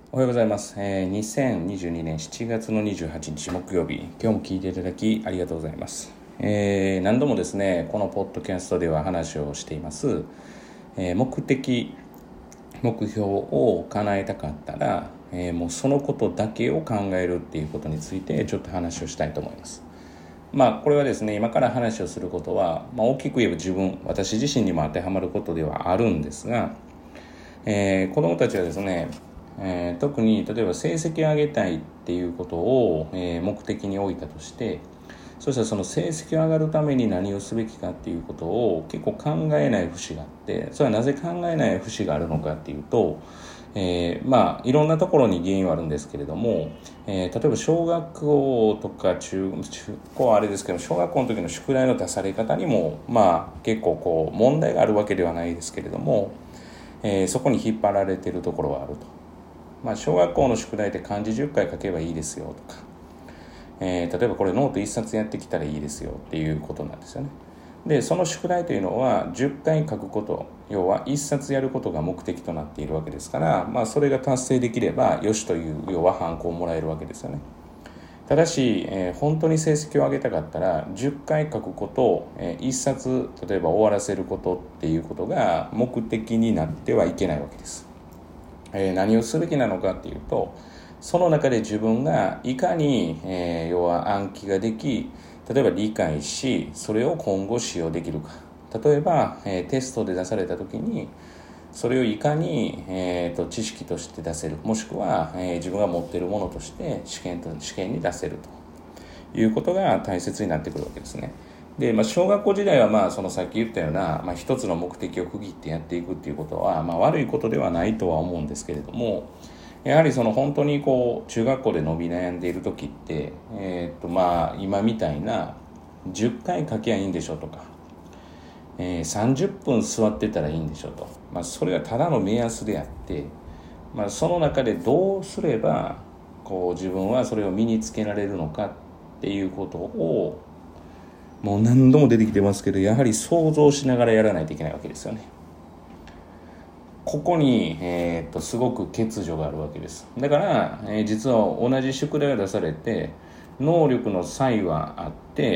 おはようございます。2022年7月の28日木曜日、今日も聞いていただきありがとうございます。何度もですね、このポッドキャストでは話をしています、目的、目標を叶えたかったら、もうそのことだけを考えるっていうことについてちょっと話をしたいと思います。これはですね、今から話をすることは、大きく言えば私自身にも当てはまることではあるんですが、子どもたちはですね、特に例えば成績を上げたいっていうことを、目的に置いたとして、そしたらその成績を上がるために何をすべきかっていうことを結構考えない節があって、それはなぜ考えない節があるのかっていうと、いろんなところに原因はあるんですけれども、例えば小学校とか中高はあれですけど、小学校の時の宿題の出され方にも結構問題があるわけではないですけれども、そこに引っ張られているところはあると。小学校の宿題で漢字10回書けばいいですよとか、例えばこれノート1冊やってきたらいいですよっていうことなんですよね。でその宿題というのは10回書くこと、要は1冊やることが目的となっているわけですから、それが達成できればよしという、要はハンコをもらえるわけですよね。ただし、本当に成績を上げたかったら10回書くこと、1冊例えば終わらせることっていうことが目的になってはいけないわけです。何をすべきなのかっていうと、その中で自分がいかに、要は暗記ができ、例えば理解し、それを今後使用できるか。例えば、テストで出された時にそれをいかに、知識として出せる、もしくは、自分が持っているものとして試験に出せるということが大切になってくるわけですね。で、小学校時代はそのさっき言ったような、一つの目的を区切ってやっていくっていうことは、悪いことではないとは思うんですけれども、やはりその本当に中学校で伸び悩んでいる時って、今みたいな10回書きゃいいんでしょとか、30分座ってたらいいんでしょと、それはただの目安であって、その中でどうすれば自分はそれを身につけられるのかっていうことを、もう何度も出てきてますけど、やはり想像しながらやらないといけないわけですよね。ここに、すごく欠如があるわけです。だから、実は同じ宿題を出されて能力の差異はあって、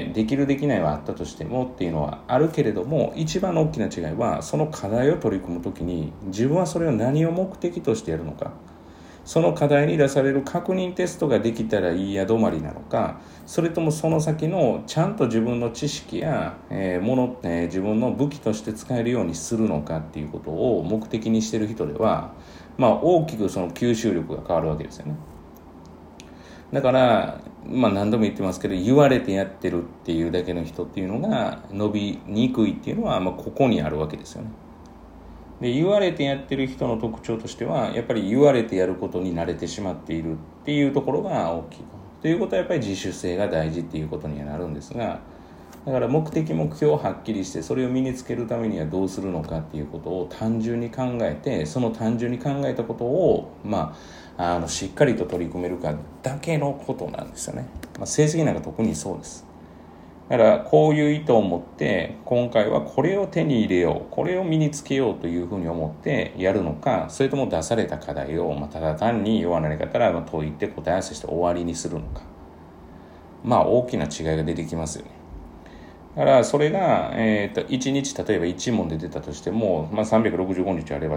できるできないはあったとしてもっていうのはあるけれども、一番の大きな違いはその課題を取り組むときに自分はそれを何を目的としてやるのか、その課題に出される確認テストができたらいいや止まりなのか、それともその先のちゃんと自分の知識や、自分の武器として使えるようにするのかっていうことを目的にしている人では、大きくその吸収力が変わるわけですよね。だから、何度も言ってますけど、言われてやってるっていうだけの人っていうのが伸びにくいっていうのは、ここにあるわけですよね。で、言われてやってる人の特徴としては、やっぱり言われてやることに慣れてしまっているっていうところが大きいということは、やっぱり自主性が大事っていうことにはなるんですが、だから目的目標をはっきりして、それを身につけるためにはどうするのかっていうことを単純に考えて、その単純に考えたことをしっかりと取り組めるかだけのことなんですよね。成績なんか特にそうです。だからこういう意図を持って今回はこれを手に入れよう、これを身につけようというふうに思ってやるのか、それとも出された課題をただ単に弱なり方から解いて答え合わせして終わりにするのか、大きな違いが出てきますよね。だからそれが、1日例えば1問で出たとしても、365日あれば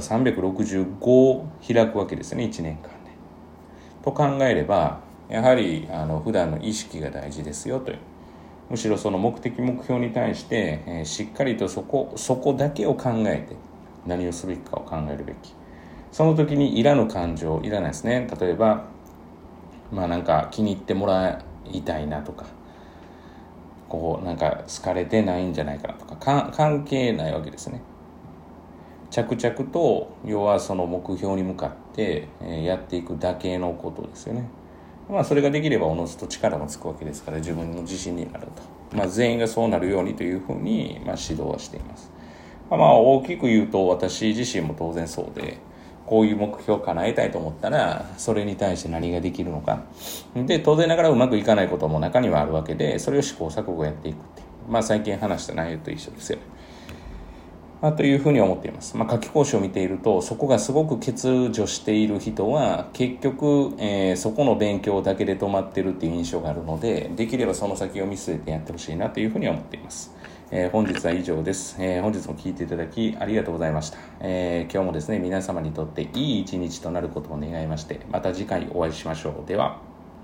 365開くわけですよね、1年間で。と考えれば、やはり普段の意識が大事ですよという。むしろその目的目標に対して、しっかりとそこだけを考えて何をすべきかを考えるべき。その時にいらぬ感情いらないですね。例えばなんか気に入ってもらいたいなとか、なんか好かれてないんじゃないかなとか、関係ないわけですね。着々と要はその目標に向かって、やっていくだけのことですよね。それができればおのずと力もつくわけですから、自分の自信になると。全員がそうなるようにというふうに、指導はしています。大きく言うと、私自身も当然そうで、こういう目標を叶えたいと思ったら、それに対して何ができるのか。で、当然ながらうまくいかないことも中にはあるわけで、それを試行錯誤やっていくっていう。最近話した内容と一緒ですよ。 というふうに思っています。夏期講習を見ていると、そこがすごく欠如している人は結局、そこの勉強だけで止まってるっていう印象があるので、できればその先を見据えてやってほしいなというふうに思っています。本日は以上です。本日も聞いていただきありがとうございました。今日もですね、皆様にとっていい一日となることを願いまして、また次回お会いしましょう。では。